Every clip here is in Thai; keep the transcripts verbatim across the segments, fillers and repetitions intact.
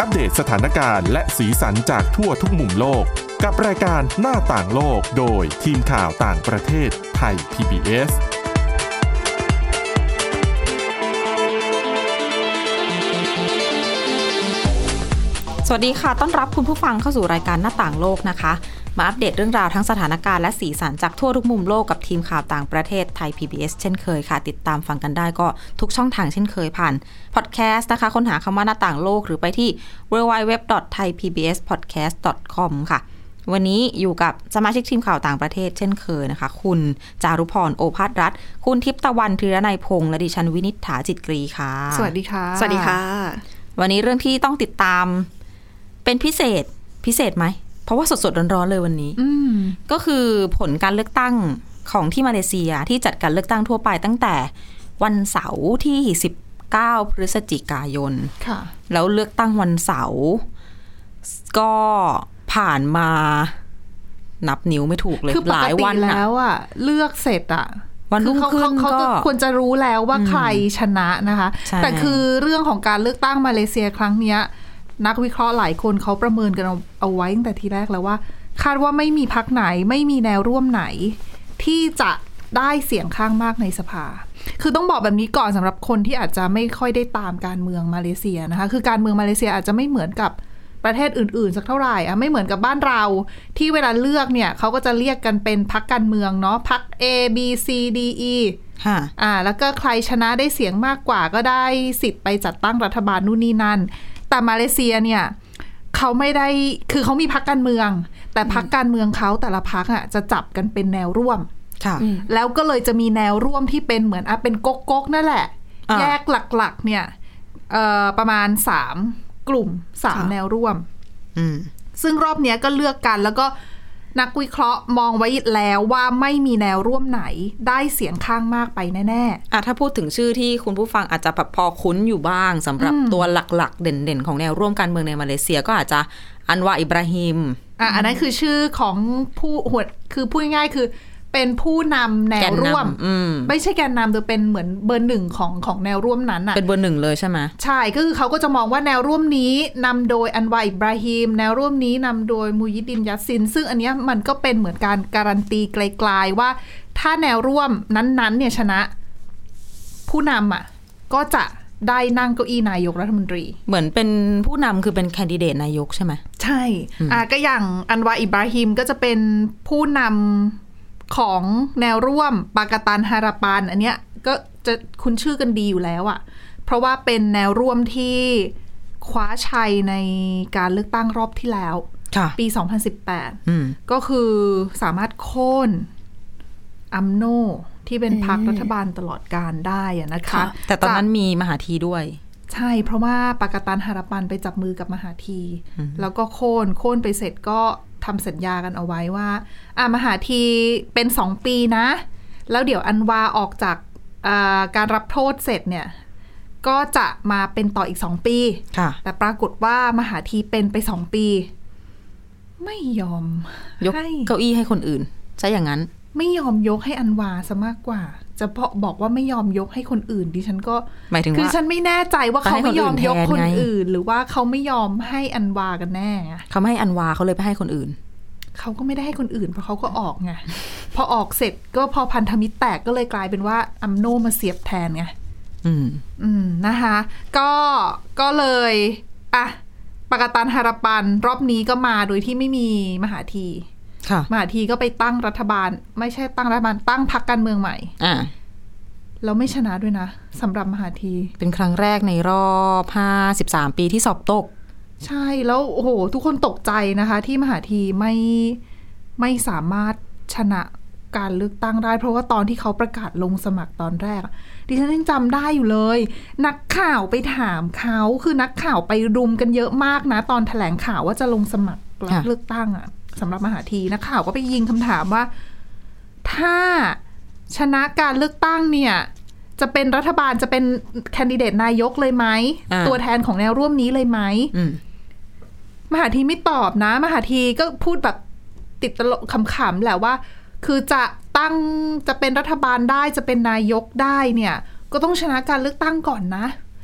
อัปเดตสถานการณ์และสีสันจากทั่วทุกมุมโลกกับรายการหน้าต่างโลกโดยทีมข่าวต่างประเทศไทย พี บี เอสสวัสดีค่ะต้อนรับคุณผู้ฟังเข้าสู่รายการหน้าต่างโลกนะคะมาอัปเดตเรื่องราวทั้งสถานการณ์และสีสันจากทั่วทุกมุมโลกกับทีมข่าวต่างประเทศไทย พี บี เอส เช่นเคยค่ะติดตามฟังกันได้ก็ทุกช่องทางเช่นเคยผ่านพอดแคสต์นะคะค้นหาคำว่าหน้าต่างโลกหรือไปที่ ดับเบิลยู ดับเบิลยู ดับเบิลยู ดอท ไทย พี บี เอส พอดแคสต์ ดอท คอม ค่ะวันนี้อยู่กับสมาชิกทีมข่าวต่างประเทศเช่นเคยนะคะคุณจารุพรโอภาสรัตน์คุณทิพย์ตะวันธีรนัยพงษ์และดิฉันวินิษฐาจิตกรีค่ะสวัสดีค่ะสวัสดีค่ะวันนี้เรื่องที่ต้องติดตามเป็นพิเศษพิเศษไหมเพราะว่าสดๆร้อนๆเลยวันนี้ก็คือผลการเลือกตั้งของที่มาเลเซียที่จัดการเลือกตั้งทั่วไปตั้งแต่วันเสาร์ที่สิบเก้าพฤศจิกายนแล้วเลือกตั้งวันเสาร์ก็ผ่านมานับนิ้วไม่ถูกเลยหลายวันแล้วอ่ะเลือกเสร็จอ่ะวันรุ่งขึ้นก็ควรจะรู้แล้วว่าใครชนะนะคะแต่คือเรื่องของการเลือกตั้งมาเลเซียครั้งเนี้ยนักวิเคราะห์หลายคนเขาประเมินกันเอาไว้ตั้งแต่ทีแรกแล้วว่าคาดว่าไม่มีพรรคไหนไม่มีแนวร่วมไหนที่จะได้เสียงข้างมากในสภาคือต้องบอกแบบนี้ก่อนสำหรับคนที่อาจจะไม่ค่อยได้ตามการเมืองมาเลเซียนะคะคือการเมืองมาเลเซียอาจจะไม่เหมือนกับประเทศอื่นๆสักเท่าไหร่อ่ะไม่เหมือนกับบ้านเราที่เวลาเลือกเนี่ยเขาก็จะเรียกกันเป็นพรรคการเมืองเนาะพรรค A B C D E ค่ะอ่าแล้วก็ใครชนะได้เสียงมากกว่าก็ได้สิทธิ์ไปจัดตั้งรัฐบาลนู่นนี่นั่นแต่มาเลเซียเนี่ยเขาไม่ได้คือเขามีพรรคการเมืองแต่พรรคการเมืองเขาแต่ละพรรคอ่ะจะจับกันเป็นแนวร่วมแล้วก็เลยจะมีแนวร่วมที่เป็นเหมือนอ่ะเป็นก๊กก๊กนั่นแหละแยกหลักๆเนี่ยเอ่อประมาณสามกลุ่มสามแนวร่วมซึ่งรอบนี้ก็เลือกกันแล้วก็นักวิเคราะห์มองไว้แล้วว่าไม่มีแนวร่วมไหนได้เสียงข้างมากไปแน่ๆอ่ะถ้าพูดถึงชื่อที่คุณผู้ฟังอาจจะแบบพอคุ้นอยู่บ้างสำหรับตัวหลักๆเด่นๆของแนวร่วมการเมืองในมาเลเซียก็อาจจะอันวาอิบราฮิมอ่ะอันนั้นคือชื่อของผู้หัวคือพูดง่ายๆคือเป็นผู้นำแนวร่วมไม่ใช่แกนนำแต่เป็นเหมือนเบอร์หนึ่งของของแนวร่วมนั้นอ่ะเป็นเบอร์หนึ่งเลยใช่ไหมใช่ก็คือเขาก็จะมองว่าแนวร่วมนี้นำโดยอันวาอิบราฮิมแนวร่วมนี้นำโดยมูยิดดินยัสซินซึ่งอันนี้มันก็เป็นเหมือนการการันตีไกลๆว่าถ้าแนวร่วมนั้นๆเนี่ยชนะผู้นำอ่ะก็จะได้นั่งเก้าอี้นายกรัฐมนตรีเหมือนเป็นผู้นำคือเป็นแคนดิเดตนายกใช่ไหมใช่อ่ะก็อย่างอันวาอิบราฮิมก็จะเป็นผู้นำของแนวร่วมปากาตันฮาราปานอันเนี้ยก็จะคุ้นชื่อกันดีอยู่แล้วอะเพราะว่าเป็นแนวร่วมที่คว้าชัยในการเลือกตั้งรอบที่แล้วปีสองพันสิบแปดก็คือสามารถโค่นอัมโนที่เป็นพรรครัฐบาลตลอดกาลได้อะนะคะแต่ตอนนั้นมีมหาธีด้วยใช่เพราะว่าปากาตันฮาราปานไปจับมือกับมหาธีแล้วก็โค่นโค่นไปเสร็จก็ทำสัญญากันเอาไว้ว่าอ่ามหาธีเป็นสองปีนะแล้วเดี๋ยวอันวาออกจากการรับโทษเสร็จเนี่ยก็จะมาเป็นต่ออีกสองปีแต่ปรากฏว่ามหาธีเป็นไปสองปีไม่ยอมยกเก้าอี้ให้คนอื่นใช่อย่างนั้นไม่ยอมยกให้อันวาซะมากกว่าจะเพาะบอกว่าไม่ยอมยกให้คนอื่นดิฉันก็หมายถึงว่าคือฉันไม่แน่ใจว่าเขาไม่ยอมยกคนอื่นหรือว่าเขาไม่ยอมให้อันวากันแน่เขาไม่ให้อันวาเขาเลยไปให้คนอื่นเขาก็ไม่ได้ให้คนอื่นเพราะเขาก็ออกไงพอออกเสร็จก็พอพันธมิตรแตกก็เลยกลายเป็นว่าอัมโนมาเสียบแทนไงอืมอืมนะคะก็ก็เลยอ่ะปากาตันฮาราปันรอบนี้ก็มาโดยที่ไม่มีมหาธีมหาธีก็ไปตั้งรัฐบาลไม่ใช่ตั้งรัฐบาลตั้งพรรคการเมืองใหม่อ่าแล้วไม่ชนะด้วยนะสำหรับมหาธีเป็นครั้งแรกในรอบห้าสิบสามปีที่สอบตกใช่แล้วโอ้โหทุกคนตกใจนะคะที่มหาธีไม่ไม่สามารถชนะการเลือกตั้งได้เพราะว่าตอนที่เขาประกาศลงสมัครตอนแรกดิฉันยังจำได้อยู่เลยนักข่าวไปถามเขาคือนักข่าวไปรุมกันเยอะมากนะตอนแถลงข่าวว่าจะลงสมัครรับเลือกตั้งอ่ะสำหรับมหาธีนักข่าวก็ไปยิงคำถามว่าถ้าชนะการเลือกตั้งเนี่ยจะเป็นรัฐบาลจะเป็นแคนดิเดตนายกเลยไหมตัวแทนของแนวร่วมนี้เลยไหมมหาธีไม่ตอบนะมหาธีก็พูดแบบติดตลกขำๆแหละว่าคือจะตั้งจะเป็นรัฐบาลได้จะเป็นนายกได้เนี่ยก็ต้องชนะการเลือกตั้งก่อนนะ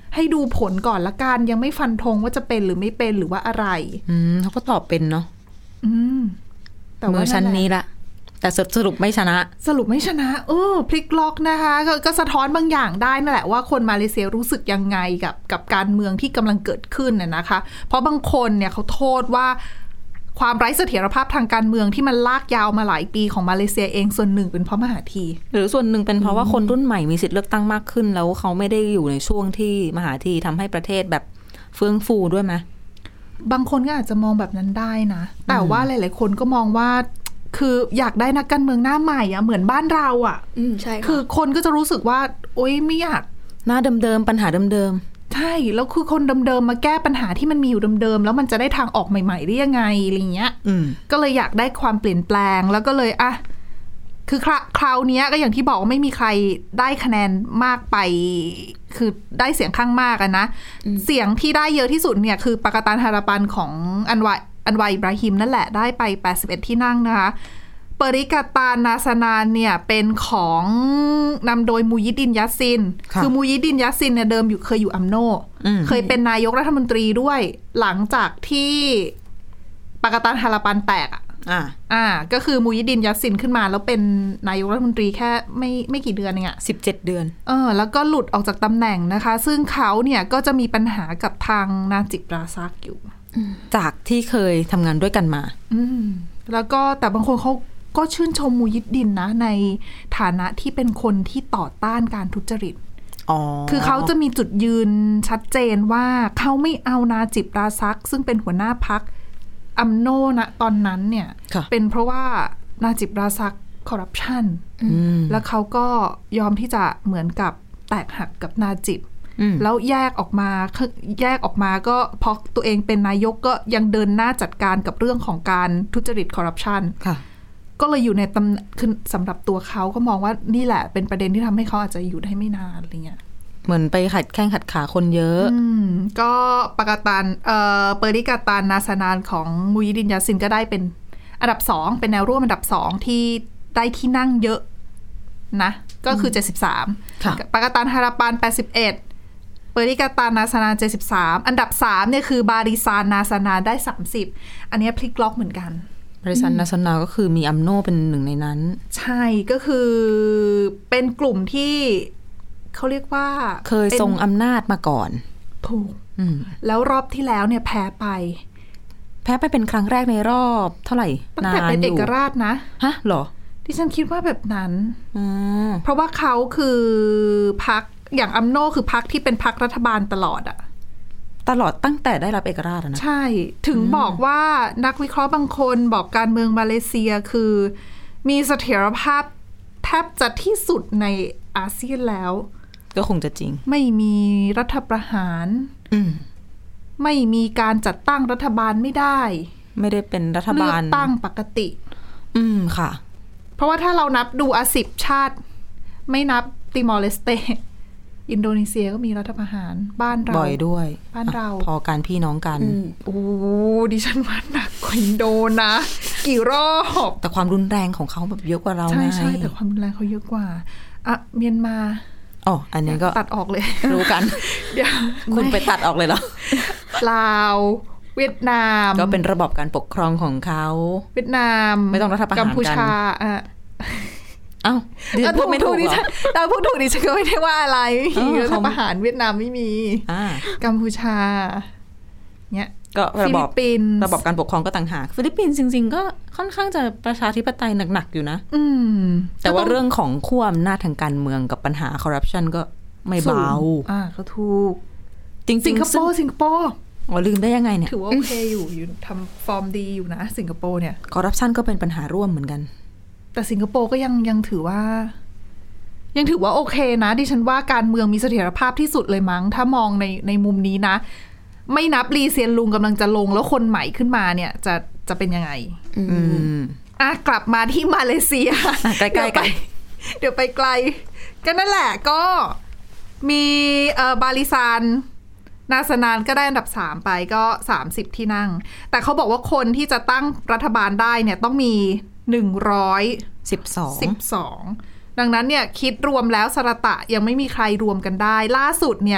ให้ดูผลก่อนละกันยังไม่ฟันธงว่าจะเป็นหรือไม่เป็นหรือว่าอะไรอืมเขาก็ตอบเป็นเนาะอืมแต่ว่าชั้นนี้ละแต่สรุปไม่ชนะสรุปไม่ชนะเออพลิกล็อกนะคะกก็สะท้อนบางอย่างได้นั่นแหละว่าคนมาเลเซียรู้สึกยังไงกับกับการเมืองที่กำลังเกิดขึ้นน่ะนะคะเพราะบางคนเนี่ยเขาโทษว่าความไร้เสถียรภาพทางการเมืองที่มันลากยาวมาหลายปีของมาเลเซียเองส่วนหนึ่งเป็นเพราะมหาธีหรือส่วนหนึ่งเป็นเพราะว่าคนรุ่นใหม่มีสิทธิเลือกตั้งมากขึ้นแล้วเขาไม่ได้อยู่ในช่วงที่มหาธีทำให้ประเทศแบบเฟื่องฟูด้วยไหมบางคนก็อาจจะมองแบบนั้นได้นะแต่ว่าหลายๆคนก็มองว่าคืออยากได้นักการเมืองหน้าใหม่อะเหมือนบ้านเราอะอืมใช่คือคนก็จะรู้สึกว่าโอ๊ยไม่อยากหน้าเดิมๆปัญหาเดิมๆใช่แล้วคือคนเดิมๆมาแก้ปัญหาที่มันมีอยู่เดิมๆแล้วมันจะได้ทางออกใหม่ๆได้ยังไงอะไรเงี้ยก็เลยอยากได้ความเปลี่ยนแปลงแล้วก็เลยอะคือคราวนี้ก็อย่างที่บอกว่าไม่มีใครได้คะแนนมากไปคือได้เสียงข้างมากอะนะเสียงที่ได้เยอะที่สุดเนี่ยคือปากาตันฮาราปันของอันวาอันวาอิบราฮิมนั่นแหละได้ไปแปดสิบเอ็ดที่นั่งนะคะเปริกาตานาสนานเนี่ยเป็นของนำโดยมูยิดินยัสซินคือมูยิดินยัสซินเนี่ยเดิมอยู่เคยอยู่อัมโนเคยเป็นนายกรัฐมนตรีด้วยหลังจากที่ปากาตันฮาราปันแตกอ่ะอ่าอ่าก็คือมูยิดินยัสซินขึ้นมาแล้วเป็นนายกรัฐมนตรีแค่ไม่ไม่กี่เดือนเองอ่ะสิบเจ็ดเดือนเออแล้วก็หลุดออกจากตำแหน่งนะคะซึ่งเขาเนี่ยก็จะมีปัญหากับทางนาจิบราซักอยู่จากที่เคยทำงานด้วยกันมาอืมแล้วก็แต่บางคนเขาก็ชื่นชมมูยิดดินนะในฐานะที่เป็นคนที่ต่อต้านการทุจริตคือเขาจะมีจุดยืนชัดเจนว่าเขาไม่เอานาจิบราซักซึ่งเป็นหัวหน้าพรรคอัมโนนะตอนนั้นเนี่ยเป็นเพราะว่านาจิบราซักคอร์รัปชันแล้วเขาก็ยอมที่จะเหมือนกับแตกหักกับนาจิบแล้วแยกออกมาแยกออกมาก็เพราะตัวเองเป็นนายกก็ยังเดินหน้าจัดการกับเรื่องของการทุจริตคอร์รัปชันก็เลยอยู่ในตำคือสำหรับตัวเขาก็มองว่านี่แหละเป็นประเด็นที่ทำให้เขาอาจจะอยู่ได้ไม่นานอะไรเงี้ยเหมือนไปขัดแข้งขัดขาคนเยอะอืมก็ปากาตันเอ่อเปริกาตานนาสนานของมูยิดินยาซินก็ได้เป็นอันดับสองเป็นแนวร่วมอันดับสองที่ได้ที่นั่งเยอะนะก็คือเจ็ดสิบสามปากาตันฮาราปานแปดสิบเอ็ดเปริกาตานนาสนานเจ็ดสิบสามอันดับสามเนี่ยคือบาริซานนาสนานได้สามสิบอันนี้พลิกล็อกเหมือนกันบริษัทนาซานาก็คือมีอัมโนเป็นหนึ่งในนั้นใช่ก็คือเป็นกลุ่มที่เขาเรียกว่าเคยทรงอำนาจมาก่อนถูกแล้วรอบที่แล้วเนี่ยแพ้ไปแพ้ไปเป็นครั้งแรกในรอบเท่าไหร่ตั้งแต่เป็นเอกราชนะฮะหรอที่ฉันคิดว่าแบบนั้นเพราะว่าเขาคือพรรคอย่างอัมโนคือพรรคที่เป็นพรรครัฐบาลตลอดอะตลอดตั้งแต่ได้รับเอกราชนะใช่ถึงบอกว่านักวิเคราะห์บางคนบอกการเมืองมาเลเซียคือมีเสถียรภาพแทบจะที่สุดในอาเซียนแล้วก็คงจะจริงไม่มีรัฐประหารไม่มีการจัดตั้งรัฐบาลไม่ได้ไม่ได้เป็นรัฐบาลเลือกตั้งปกติอืมค่ะเพราะว่าถ้าเรานับดูอาสิบชาติไม่นับติมอร์เลสเตอินโดนีเซียก็มีรัฐประหารบ้านเราบ่อยด้วยบ้านเราพอการพี่น้องกันโอ้ดิฉันว่าหนักกว่าอินโดนะกี่รอบแต่ความรุนแรงของเขาแบบเยอะกว่าเราใช่ใช่แต่ความรุนแรงเขาเยอะกว่าอ่ะเมียนมาอ๋ออันนี้ก็ตัดออกเลยรู้กันเดี๋ยวคุณไปตัดออกเลยเหรอลาวเวียดนามก็เป็นระบบการปกครองของเขาเวียดนามไม่ต้องรัฐประหารกันกัมพูชาอ่ะเอ้าพูดไม่ถูกดิฉันเราพูดถูกดิฉันก็ไม่ได้ว่าอะไรรัฐประหารเวียดนามไม่มีกัมพูชาเนี่ยก็ระบบระบบการปกครองก็ต่างหากฟิลิปปินส์จริงๆก็ค่อนข้างจะประชาธิปไตยหนักๆอยู่นะแต่ว่าเรื่องของขั้วอำนาจทางการเมืองกับปัญหาคอร์รัปชันก็ไม่เบาอ่าก็ถูกจริงๆสิงคโปร์สิงคโปร์อ๋อลืมได้ยังไงเนี่ยถือว่าโอเคอยู่อยู่ทำฟอร์มดีอยู่นะสิงคโปร์เนี่ยคอร์รัปชันก็เป็นปัญหาร่วมเหมือนกันแต่สิงคโปร์ก็ยังยังถือว่ายังถือว่าโอเคนะดิฉันว่าการเมืองมีเสถียรภาพที่สุดเลยมั้งถ้ามองในในมุมนี้นะไม่นับลีเซียนลุงกำลังจะลงแล้วคนใหม่ขึ้นมาเนี่ยจะจะเป็นยังไงอืมอ่ะกลับมาที่มาเลเซียใกล้ๆกันเดี๋ยวไปไกลก็นั่นแหละก็มีเอ่อบาลิซานนาสนานก็ได้อันดับสามไปก็สามสิบที่นั่งแต่เขาบอกว่าคนที่จะตั้งรัฐบาลได้เนี่ยต้องมีหนึ่งร้อยสิบสองสิบสองดังนั้นเนี่ยคิดรวมแล้วสระตะยังไม่มีใครรวมกันได้ล่าสุดเนี่ย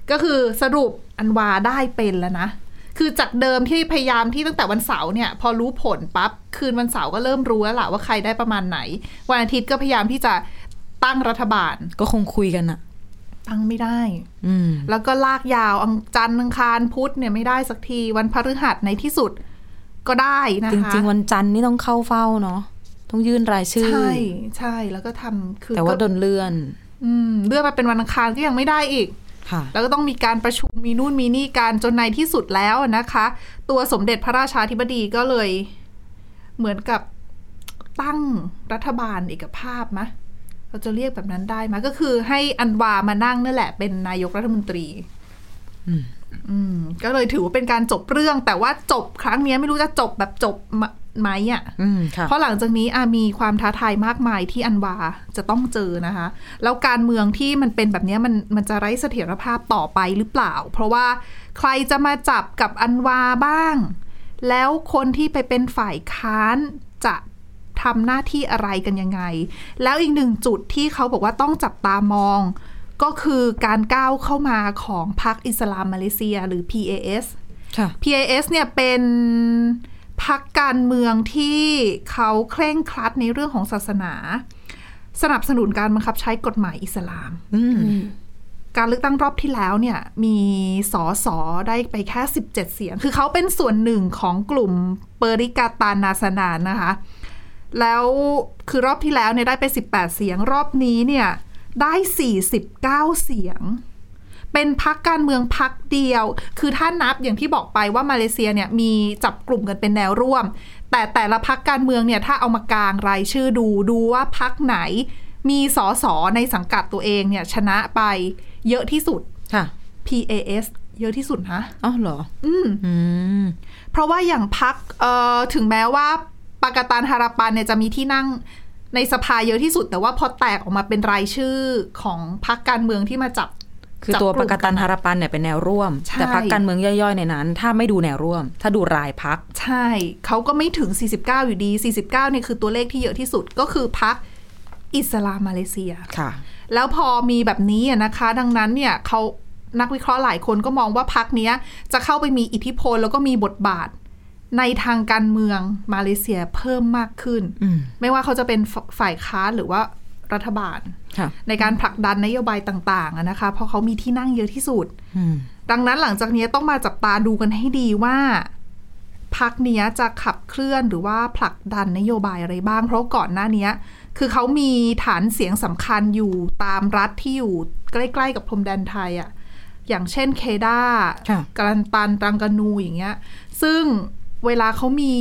ก็คือสรุปอันวาได้เป็นแล้วนะคือจากเดิมที่พยายามที่ตั้งแต่วันเสาร์เนี่ยพอรู้ผลปั๊บคืนวันเสาร์ก็เริ่มรู้แล้วล่ะว่าใครได้ประมาณไหนวันอาทิตย์ก็พยายามที่จะตั้งรัฐบาลก็คงคุยกันอะตั้งไม่ได้แล้วก็ลากยาวจันทร์อังคารพุธเนี่ยไม่ได้สักทีวันพฤหัสในที่สุดก็ได้นะคะจริงๆวันจันทร์นี่ต้องเข้าเฝ้าเนาะต้องยื่นรายชื่อใช่ใช่แล้วก็ทำคือแต่ว่าโดนเลื่อนอืมเลื่อนมาเป็นวันอังคารก็ยังไม่ได้อีกแล้วก็ต้องมีการประชุมมีนู่นมีนี่การจนในที่สุดแล้วนะคะตัวสมเด็จพระราชาธิบดีก็เลยเหมือนกับตั้งรัฐบาลเอกภาพมะเราจะเรียกแบบนั้นได้ไหมก็คือให้อันวามานั่งนั่นแหละเป็นนายกรัฐมนตรีอืมอืมก็เลยถือว่าเป็นการจบเรื่องแต่ว่าจบครั้งนี้ไม่รู้จะจบแบบจบไหมอ่ะเพราะหลังจากนี้มีความท้าทายมากมายที่อันวาจะต้องเจอนะคะแล้วการเมืองที่มันเป็นแบบนี้มันมันจะไร้เสถียรภาพต่อไปหรือเปล่าเพราะว่าใครจะมาจับกับอันวาบ้างแล้วคนที่ไปเป็นฝ่ายค้านจะทำหน้าที่อะไรกันยังไงแล้วอีกหนึ่งจุดที่เขาบอกว่าต้องจับตามองก็คือการก้าวเข้ามาของพรรคอิสลามมาเลเซียหรือ พี เอ เอสค่ะพี เอ เอส เนี่ยเป็นพรรคการเมืองที่เขาเคร่งครัดในเรื่องของศาสนาสนับสนุนการบังคับใช้กฎหมายอิสลามการเลือกตั้งรอบที่แล้วเนี่ยมีสสได้ไปแค่สิบเจ็ดเสียงคือเขาเป็นส่วนหนึ่งของกลุ่มเปริกาตานาสนานนะคะแล้วคือรอบที่แล้วเนี่ยได้ไปสิบแปดเสียงรอบนี้เนี่ยได้สี่สิบเก้าเสียงเป็นพรรคการเมืองพรรคเดียวคือถ้านับอย่างที่บอกไปว่ามาเลเซียเนี่ยมีจับกลุ่มกันเป็นแนวร่วมแต่แต่ละพรรคการเมืองเนี่ยถ้าเอามากางรายชื่อดูดูว่าพรรคไหนมีสสในสังกัดตัวเองเนี่ยชนะไปเยอะที่สุดค่ะพี เอ เอส เยอะที่สุดนะอ๋อเหรออืมอืมเพราะว่าอย่างพรรคเอ่อถึงแม้ว่าปากาตันฮาราปันเนี่ยจะมีที่นั่งในสภาเยอะที่สุดแต่ว่าพอแตกออกมาเป็นรายชื่อของพรรคการเมืองที่มาจับคือตัวปากาตันฮาราปันเนี่ยเป็นแนวร่วมแต่พรรคการเมืองย่อยๆในนั้นถ้าไม่ดูแนวร่วมถ้าดูรายพรรคใช่เขาก็ไม่ถึงสี่สิบเก้าอยู่ดีสี่สิบเก้าเนี่ยคือตัวเลขที่เยอะที่สุดก็คือพรรคอิสลามมาเลเซียค่ะแล้วพอมีแบบนี้นะคะดังนั้นเนี่ยเขานักวิเคราะห์หลายคนก็มองว่าพรรคนี้จะเข้าไปมีอิทธิพลแล้วก็มีบทบาทในทางการเมืองมาเลเซียเพิ่มมากขึ้นไม่ว่าเขาจะเป็นฝ่ายค้านหรือว่ารัฐบาลในการผลักดันนโยบายต่างๆนะคะเพราะเขามีที่นั่งเยอะที่สุดดังนั้นหลังจากนี้ต้องมาจับตาดูกันให้ดีว่าพรรคนี้จะขับเคลื่อนหรือว่าผลักดันนโยบายอะไรบ้างเพราะก่อนหน้านี้คือเขามีฐานเสียงสำคัญอยู่ตามรัฐที่อยู่ใกล้ๆกับพรมแดนไทยอ่ะอย่างเช่นเคดากาลันตันตรังกานูอย่างเงี้ยซึ่งเวลาเขามี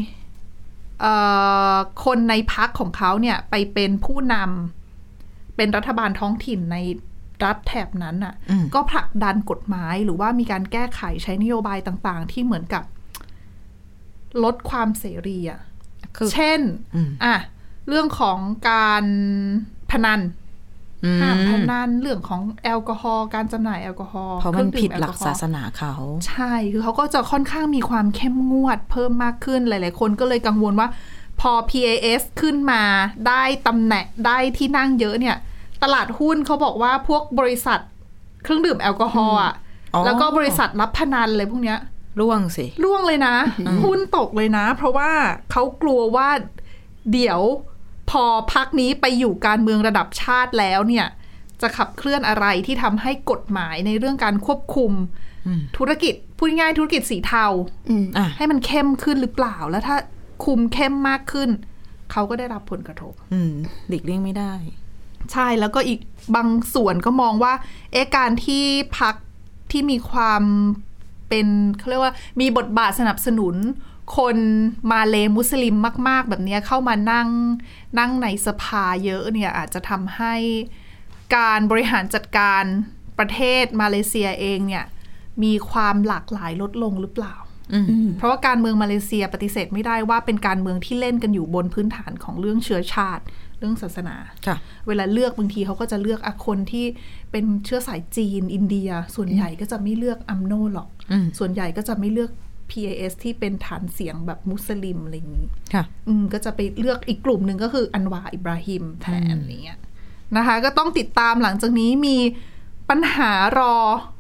คนในพรรคของเขาเนี่ยไปเป็นผู้นำเป็นรัฐบาลท้องถิ่นในรัฐแถบนั้นน่ะก็ผลักดันกฎหมายหรือว่ามีการแก้ไขใช้นโยบายต่างๆที่เหมือนกับลดความเสรีอ่ะเช่นอ่ะเรื่องของการพนันห้ามพนันเรื่องของแอลกอฮอล์การจำหน่ายแอลกอฮอล์เพราะมันผิดหลักศาสนาเขาใช่คือเขาก็จะค่อนข้างมีความเข้มงวดเพิ่มมากขึ้นหลายๆคนก็เลยกังวลว่าพอ พี เอ เอส ขึ้นมาได้ตำแหน่งได้ที่นั่งเยอะเนี่ยตลาดหุ้นเขาบอกว่าพวกบริษัทเครื่องดื่มแอลกอฮอล์อ่ะแล้วก็บริษัทรับพนันอะไรพวกเนี้ยร่วงสิร่วงเลยนะหุ้นตกเลยนะเพราะว่าเขากลัวว่าเดี๋ยวพอพรรคนี้ไปอยู่การเมืองระดับชาติแล้วเนี่ยจะขับเคลื่อนอะไรที่ทำให้กฎหมายในเรื่องการควบคุมธุรกิจพูดง่ายๆธุรกิจสีเทาให้มันเข้มขึ้นหรือเปล่าแล้วถ้าคุมเข้มมากขึ้นเขาก็ได้รับผลกระทบหลีกเลี่ยงไม่ได้ใช่แล้วก็อีกบางส่วนก็มองว่าเอ๊ะการที่พรรคที่มีความเป็นเขาเรียกว่ามีบทบาทสนับสนุนคนมาเลมุสลิมมากๆแบบนี้เข้ามานั่งนั่งในสภาเยอะเนี่ยอาจจะทำให้การบริหารจัดการประเทศมาเลเซียเองเนี่ยมีความหลากหลายลดลงหรือเปล่าเพราะว่าการเมืองมาเลเซียปฏิเสธไม่ได้ว่าเป็นการเมืองที่เล่นกันอยู่บนพื้นฐานของเรื่องเชื้อชาติเรื่องศาสนาเวลาเลือกบางทีเขาก็จะเลือกคนที่เป็นเชื้อสายจีนอินเดียส่วนใหญ่ก็จะไม่เลือกอัมโนหรอกส่วนใหญ่ก็จะไม่เลือก พี เอ เอส ที่เป็นฐานเสียงแบบมุสลิมอะไรอย่างนี้ก็จะไปเลือกอีกกลุ่มหนึ่งก็คืออันวาอิบราฮิมแทนนี้นะคะก็ต้องติดตามหลังจากนี้มีปัญหารอ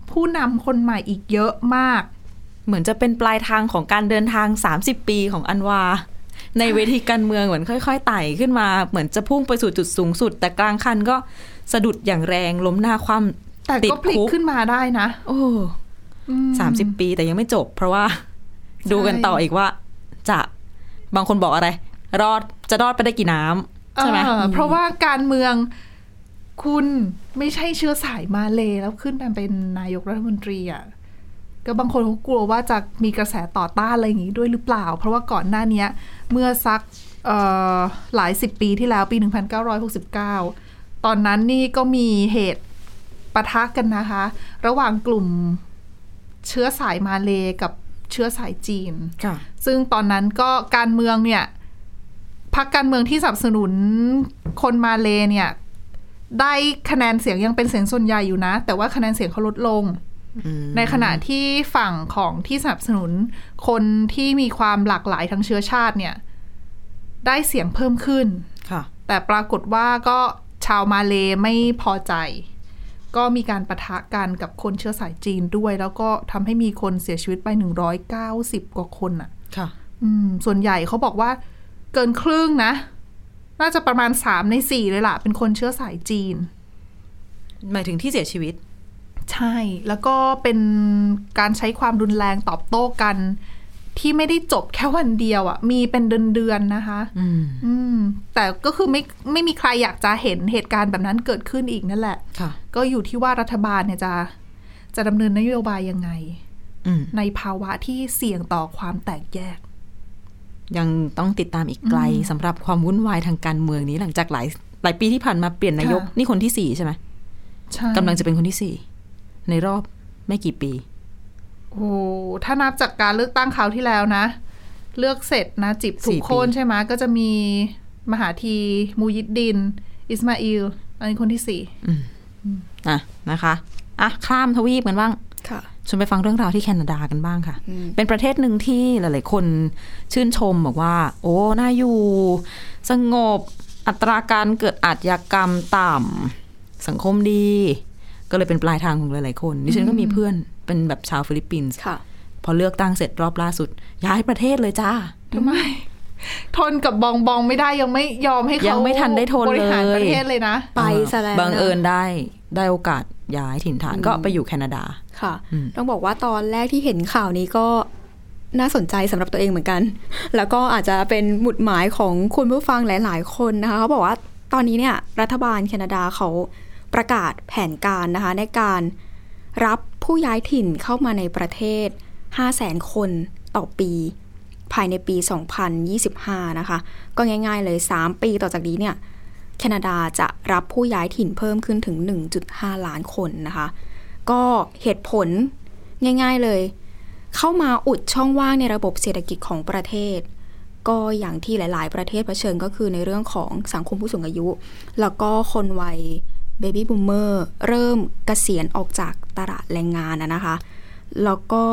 ผู้นำคนใหม่อีกเยอะมากเหมือนจะเป็นปลายทางของการเดินทางสามสิบปีของอันวาในเวทีการเมืองเหมือนค่อยๆไต่ขึ้นมาเหมือนจะพุ่งไปสู่จุดสูงสุดแต่กลางคันก็สะดุดอย่างแรงล้มหน้าคว่ำแต่ก็พลิกขึ้นมาได้นะโอ้สามสิบปีแต่ยังไม่จบเพราะว่าดูกันต่ออีกว่าจะบางคนบอกอะไรรอดจะรอดไปได้กี่น้ำใช่ไหมเพราะว่าการเมืองคุณไม่ใช่เชื้อสายมาเลย์แล้วขึ้นมาเป็นนายกรัฐมนตรีอ่ะก็บางคนเขากลัวว่าจะมีกระแสต่อต้านอะไรอย่างนี้ด้วยหรือเปล่าเพราะว่าก่อนหน้านี้เมื่อสักหลายสิบปีที่แล้วปีหนึ่งพันเก้าร้อยหกสิบเก้าตอนนั้นนี่ก็มีเหตุปะทะกันนะคะระหว่างกลุ่มเชื้อสายมาเลย์กับเชื้อสายจีนซึ่งตอนนั้นก็การเมืองเนี่ยพรรคการเมืองที่สนับสนุนคนมาเลย์เนี่ยได้คะแนนเสียงยังเป็นเสียงส่วนใหญ่อยู่นะแต่ว่าคะแนนเสียงเขาลดลงในขณะที่ฝั่งของที่สนับสนุนคนที่มีความหลากหลายทางเชื้อชาติเนี่ยได้เสียงเพิ่มขึ้นแต่ปรากฏว่าก็ชาวมาเลย์ไม่พอใจก็มีการปะทะกันกับคนเชื้อสายจีนด้วยแล้วก็ทำให้มีคนเสียชีวิตไปหนึ่งร้อยเก้าสิบกว่าคนอ่ะค่ะอืมส่วนใหญ่เขาบอกว่าเกินครึ่งนะน่าจะประมาณสามในสี่เลยล่ะเป็นคนเชื้อสายจีนหมายถึงที่เสียชีวิตใช่แล้วก็เป็นการใช้ความรุนแรงตอบโต้กันที่ไม่ได้จบแค่วันเดียวอ่ะมีเป็นเดือนๆนะคะอืมอืมแต่ก็คือไม่ไม่มีใครอยากจะเห็นเหตุการณ์แบบนั้นเกิดขึ้นอีกนั่นแหละค่ะก็อยู่ที่ว่ารัฐบาลเนี่ยจะจะดำเนินนโยบายยังไงในภาวะที่เสี่ยงต่อความแตกแยกยังต้องติดตามอีกไกลสำหรับความวุ่นวายทางการเมืองนี้หลังจากหลายหลายปีที่ผ่านมาเปลี่ยนนายกนี่คนที่สี่ใช่ไหมใช่กำลังจะเป็นคนที่สี่ในรอบไม่กี่ปีโอ้ถ้านับจากการเลือกตั้งคราวที่แล้วนะเลือกเสร็จนะจิบถูกโค่นใช่ไหมก็จะมีมหาธีมูยิดดินอิสมาอิลอันนี้คนที่สี่อ่ะนะคะอ่ะข้ามทวีปกันบ้างค่ะชวนไปฟังเรื่องราวที่แคนาดากันบ้างค่ะเป็นประเทศหนึ่งที่หลายๆคนชื่นชมบอกว่าโอ้น่าอยู่สงบอัตราการเกิดอาชญากรรมต่ำสังคมดีก็เลยเป็นปลายทางของหลายๆคนดิฉันก็มีเพื่อนเป็นแบบชาวฟิลิปปินส์พอเลือกตั้งเสร็จรอบล่าสุดย้ายประเทศเลยจ้าทำไมทนกับบองบองไม่ได้ยังไม่ยอมให้เขายังไม่ทันได้ทนเลยบริหารประเทศเลยนะไปซะแล้วบังเอิญได้ได้โอกาสย้ายถิ่นฐานก็ไปอยู่แคนาดาค่ะต้องบอกว่าตอนแรกที่เห็นข่าวนี้ก็น่าสนใจสำหรับตัวเองเหมือนกันแล้วก็อาจจะเป็นหมุดหมายของคุณผู้ฟังหลายๆคนนะคะเขาบอกว่าตอนนี้เนี่ยรัฐบาลแคนาดาเขาประกาศแผนการนะคะในการรับผู้ย้ายถิ่นเข้ามาในประเทศ ห้าแสน คนต่อปีภายในปี สองพันยี่สิบห้า นะคะก็ง่ายๆเลยสามปีต่อจากนี้เนี่ยแคนาดาจะรับผู้ย้ายถิ่นเพิ่มขึ้นถึง หนึ่งจุดห้า ล้านคนนะคะก็เหตุผลง่ายๆเลยเข้ามาอุดช่องว่างในระบบเศรษฐกิจของประเทศก็อย่างที่หลายๆประเทศเผชิญก็คือในเรื่องของสังคมผู้สูงอายุแล้วก็คนวัยเบบี้บูมเมอร์เริ่มเกษียณออกจากตลาดแรงงานนะคะแล้วก็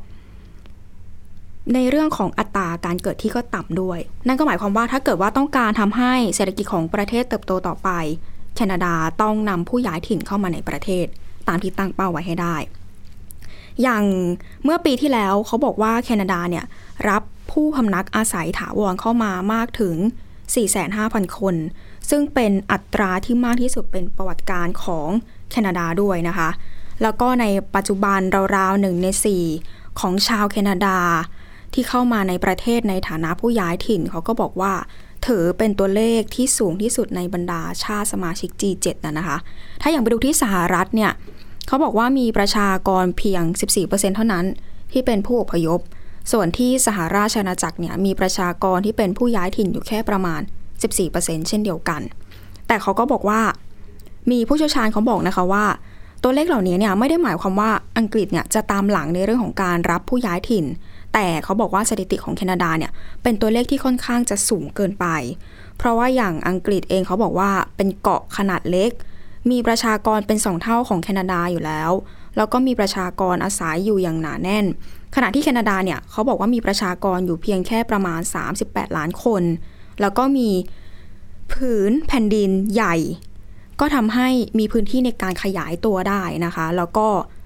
ในเรื่องของอัตราการเกิดที่ก็ต่ำด้วยนั่นก็หมายความว่าถ้าเกิดว่าต้องการทำให้เศรษฐกิจของประเทศเติบโตต่อไปแคนาดาต้องนำผู้ย้ายถิ่นเข้ามาในประเทศตามที่ตั้งเป้าไว้ให้ได้อย่างเมื่อปีที่แล้วเขาบอกว่าแคนาดาเนี่ยรับผู้พำนักอาศัยถาวรเข้ามามากถึง สี่แสนห้าพัน คนซึ่งเป็นอัตราที่มากที่สุดเป็นประวัติการของแคนาดาด้วยนะคะแล้วก็ในปัจจุบันราวๆหนึ่งในสี่ของชาวแคนาดาที่เข้ามาในประเทศในฐานะผู้ย้ายถิ่นเขาก็บอกว่าถือเป็นตัวเลขที่สูงที่สุดในบรรดาชาติสมาชิก จี เจ็ด นะนะคะถ้าอย่างไปดูที่สหรัฐเนี่ยเขาบอกว่ามีประชากรเพียง สิบสี่เปอร์เซ็นต์ เท่านั้นที่เป็นผู้อพยพส่วนที่สหราชอาณาจักรเนี่ยมีประชากรที่เป็นผู้ย้ายถิ่นอยู่แค่ประมาณ สิบสี่เปอร์เซ็นต์ เช่นเดียวกันแต่เขาก็บอกว่ามีผู้เชี่ยวชาญเขาบอกนะคะว่าตัวเลขเหล่านี้เนี่ยไม่ได้หมายความว่าอังกฤษเนี่ยจะตามหลังในเรื่องของการรับผู้ย้ายถิ่นแต่เขาบอกว่าสถิติของแคนาดาเนี่ยเป็นตัวเลขที่ค่อนข้างจะสูงเกินไปเพราะว่าอย่างอังกฤษเองเขาบอกว่าเป็นเกาะขนาดเล็กมีประชากรเป็นสองเท่าของแคนาดาอยู่แล้วแล้วก็มีประชากรอาศัยอยู่อย่างหนาแน่นขณะที่แคนาดาเนี่ยเขาบอกว่ามีประชากรอยู่เพียงแค่ประมาณสามสิบแปดล้านคนแล้วก็มีผืนแผ่นดินใหญ่ก็ทำให้มีพื้นที่ในการขยายตัวได้นะคะแล้วก็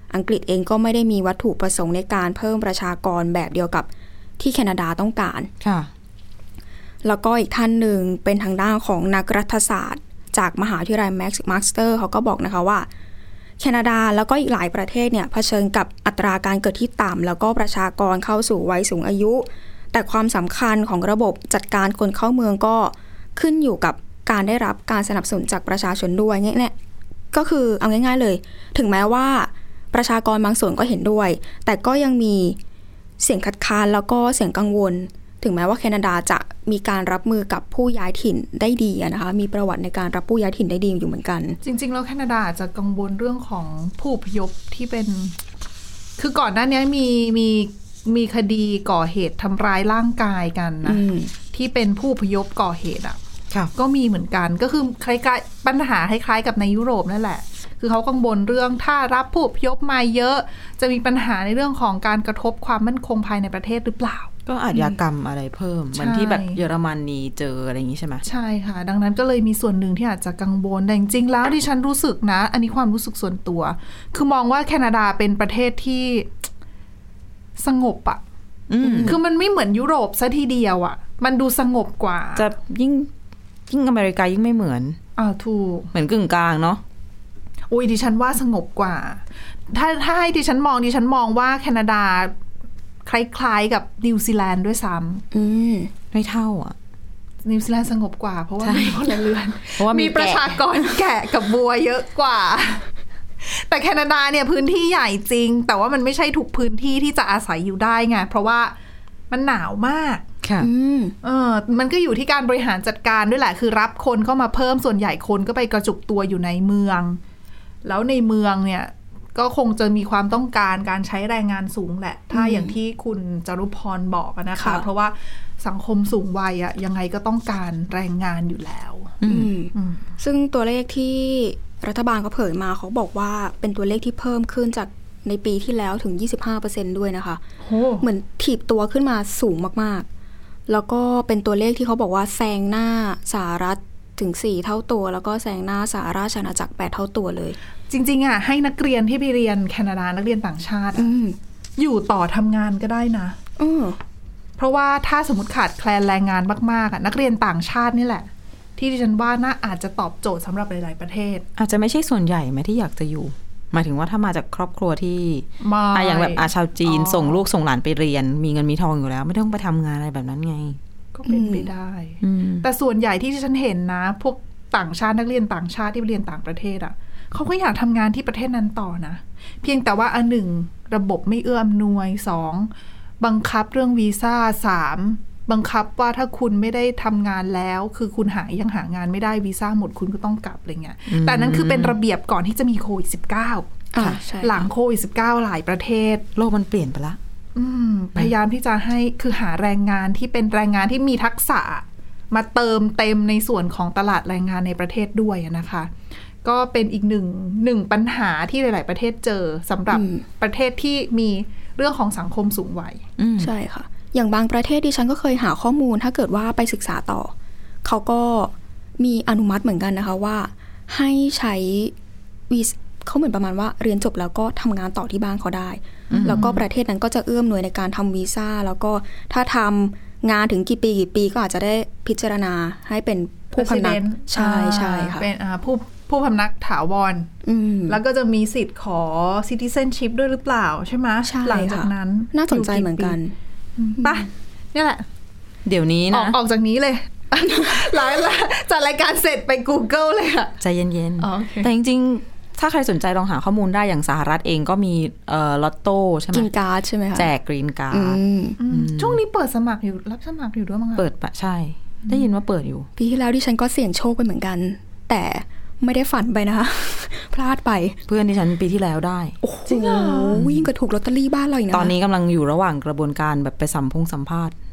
อังกฤษเองก็ไม่ได้มีวัตถุประสงค์ในการเพิ่มประชากรแบบเดียวกับที่แคนาดาต้องการค่ะแล้วก็อีกท่านหนึ่งเป็นทางด้านของนักรัฐศาสตร์จากมหาวิทยาลัยแม็กซ์มาสเตอร์เขาก็บอกนะคะว่าแคนาดาแล้วก็อีกหลายประเทศเนี่ยเผชิญกับอัตราการเกิดที่ต่ำแล้วก็ประชากรเข้าสู่วัยสูงอายุแต่ความสำคัญของระบบจัดการคนเข้าเมืองก็ขึ้นอยู่กับการได้รับการสนับสนุนจากประชาชนด้วยเนี่ยก็คือเอาง่ายๆเลยถึงแม้ว่าประชากรบางส่วนก็เห็นด้วยแต่ก็ยังมีเสียงคัดค้านแล้วก็เสียงกังวลถึงแม้ว่าแคนาดาจะมีการรับมือกับผู้ย้ายถิ่นได้ดีนะคะมีประวัติในการรับผู้ย้ายถิ่นได้ดีอยู่เหมือนกันจริงๆแล้วแคนาดาจะกังวลเรื่องของผู้อพยพที่เป็นคือก่อนหน้านี้มีมีมีคดีก่อเหตุทำร้ายร่างกายกันนะที่เป็นผู้อพยพก่อเหตุอ่ะก็มีเหมือนกันก็คือคล้ายๆปัญหาคล้ายๆกับในยุโรปนั่นแหละคือเขากังวลเรื่องถ้ารับผู้อพยพมาเยอะจะมีปัญหาในเรื่องของการกระทบความมั่นคงภายในประเทศหรือเปล่าก็อาชญากรรมอะไรเพิ่มเหมือนที่แบบเยอรมนีเจออะไรอย่างนี้ใช่ไหมใช่ค่ะดังนั้นก็เลยมีส่วนหนึ่งที่อาจจะกังวลแต่จริงๆแล้วดิฉันรู้สึกนะอันนี้ความรู้สึกส่วนตัวคือมองว่าแคนาดาเป็นประเทศที่สงบอะคือมันไม่เหมือนยุโรปซะทีเดียวอะมันดูสงบกว่าจะยิ่งยิ่งอเมริกายิ่งไม่เหมือนอ่าถูกเหมือนกึ่งกลางเนาะอุ้ยดิฉันว่าสงบกว่าถ้าถ้าให้ดิฉันมองดิฉันมองว่าแคนาดาคล้ายๆกับนิวซีแลนด์ด้วยซ้ำอืมไม่เท่าอ่ะนิวซีแลนด์สงบกว่าเพราะว่ามีพลเรือนเพราะว่ามีประชากรแกะกับวัวเยอะกว่าแต่แคนาดาเนี่ยพื้นที่ใหญ่จริงแต่ว่ามันไม่ใช่ทุกพื้นที่ที่จะอาศัยอยู่ได้ไงเพราะว่ามันหนาวมากค่ะเออมันก็อยู่ที่การบริหารจัดการด้วยแหละคือรับคนเข้ามาเพิ่มส่วนใหญ่คนก็ไปกระจุกตัวอยู่ในเมืองแล้วในเมืองเนี่ยก็คงจะมีความต้องการการใช้แรงงานสูงแหละถ้าอย่างที่คุณจารุพรบอกนะคะเพราะว่าสังคมสูงวัยอะยังไงก็ต้องการแรงงานอยู่แล้วซึ่งตัวเลขที่รัฐบาลเขาเผยมาเขาบอกว่าเป็นตัวเลขที่เพิ่มขึ้นจากในปีที่แล้วถึง ยี่สิบห้าเปอร์เซ็นต์ ด้วยนะคะเหมือนถีบตัวขึ้นมาสูงมากๆแล้วก็เป็นตัวเลขที่เขาบอกว่าแซงหน้าสหรัฐถึงสี่เท่าตัวแล้วก็แซงหน้าสหราชอาณาจักรแปดเท่าตัวเลยจริงๆอ่ะให้นักเรียนที่ไปเรียนแคนาดานักเรียนต่างชาติอ่ะอยู่ต่อทำงานก็ได้นะเพราะว่าถ้าสมมติขาดแคลนแรงงานมากๆอ่ะนักเรียนต่างชาตินี่แหละที่ดิฉันว่าน่าอาจจะตอบโจทย์สำหรับหลายๆประเทศอาจจะไม่ใช่ส่วนใหญ่ไหมที่อยากจะอยู่หมายถึงว่าถ้ามาจากครอบครัวที่อ่ะอย่างแบบอาชาวจีนส่งลูกส่งหลานไปเรียนมีเงินมีทองอยู่แล้วไม่ต้องไปทำงานอะไรแบบนั้นไงก็เป็นไปได้แต่ส่วนใหญ่ที่ฉันเห็นนะพวกต่างชาตินักเรียนต่างชาติที่ไปเรียนต่างประเทศอ่ะเขาก็อยากทำงานที่ประเทศนั้นต่อนะเพียงแต่ว่าอันหนึ่งระบบไม่เอื้ออำนวยสองบังคับเรื่องวีซ่าสามบังคับว่าถ้าคุณไม่ได้ทำงานแล้วคือคุณหายังหางานไม่ได้วีซ่าหมดคุณก็ต้องกลับอะไรเงี้ยแต่นั้นคือเป็นระเบียบก่อนที่จะมีโควิด สิบเก้า หลังโควิด สิบเก้า หลายประเทศโลกมันเปลี่ยนไปละพยายามที่จะให้คือหาแรงงานที่เป็นแรงงานที่มีทักษะมาเติมเต็มในส่วนของตลาดแรงงานในประเทศด้วยนะคะก็เป็นอีกหนึ่งหนึ่งปัญหาที่หลายๆประเทศเจอสำหรับประเทศที่มีเรื่องของสังคมสูงวัยใช่ค่ะอย่างบางประเทศดิฉันก็เคยหาข้อมูลถ้าเกิดว่าไปศึกษาต่อเขาก็มีอนุมัติเหมือนกันนะคะว่าให้ใช้วีซ่าเขาเหมือนประมาณว่าเรียนจบแล้วก็ทำงานต่อที่บ้านเขาได้แล้วก็ประเทศนั้นก็จะเอื้อมหน่วยในการทำวีซ่าแล้วก็ถ้าทำงานถึงกี่ปีกี่ปีก็อาจจะได้พิจารณาให้เป็นผู้พำนักใช่ใช่ค่ะเป็นผู้ผู้พำนักถาวรแล้วก็จะมีสิทธิ์ขอ citizenship ด้วยหรือเปล่าใช่ไหมหลังจากนั้นน่าสนใจเหมือนกันปะนี่แหละเดี๋ยวนี้นะออกจากนี้เลยหลายจัดรายการเสร็จไป Google เลยอะใจเย็นๆแต่จริงๆถ้าใครสนใจลองหาข้อมูลได้อย่างสหรัฐเองก็มีเอ่อลอตโต้ใช่ไหมกรีนการ์ดใช่ไหมคะแจกกรีนการ์ดช่วงนี้เปิดสมัครอยู่รับสมัครอยู่ด้วยมั้งคะเปิดปะใช่ได้ยินว่าเปิดอยู่ปีที่แล้วดิฉันก็เสี่ยงโชคไปเหมือนกันแต่ไม่ได้ฝันไปนะคะพลาดไปเพื่อนดิฉันปีที่แล้วได้จริงเหรอวิ่งกระถูกลอตเตอรี่บ้านเราอีกนะตอนนี้กำลังอยู่ระหว่างกระบวนการแบบไปสัมพงสัมภาษณ์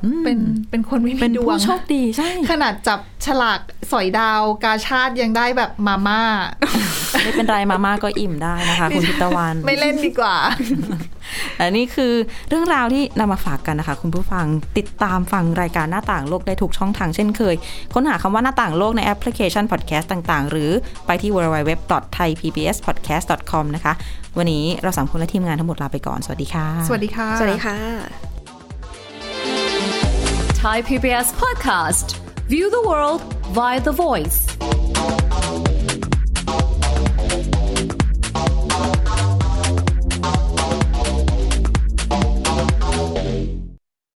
เป็นเป็นคนไม่มีเป็นดวผู้งโชคดีใช่ขนาดจับฉลากสอยดาวกาชาติยังได้แบบมาม่าไม่เป็นไรมาม่าก็อิ่มได้นะคะคุณพิตวันไม่เล่นดีกว่าอันนี้คือเรื่องราวที่นำมาฝากกันนะคะคุณผู้ฟังติดตามฟังรายการหน้าต่างโลกได้ทุกช่องทางเช่นเคยค้นหาคำว่าหน้าต่างโลกในแอปพลิเคชันพอดแคสต์ต่างๆหรือไปที่ ดับเบิลยู ดับเบิลยู ดับเบิลยู ดอท ไทย พี บี เอส พอดแคสต์ ดอท คอม นะคะวันนี้เราสามคนและทีมงานทั้งหมดลาไปก่อนสวัสดีค่ะสวัสดีค่ะสวัสดีค่ะ Thai พี บี เอส Podcast View the world via the voice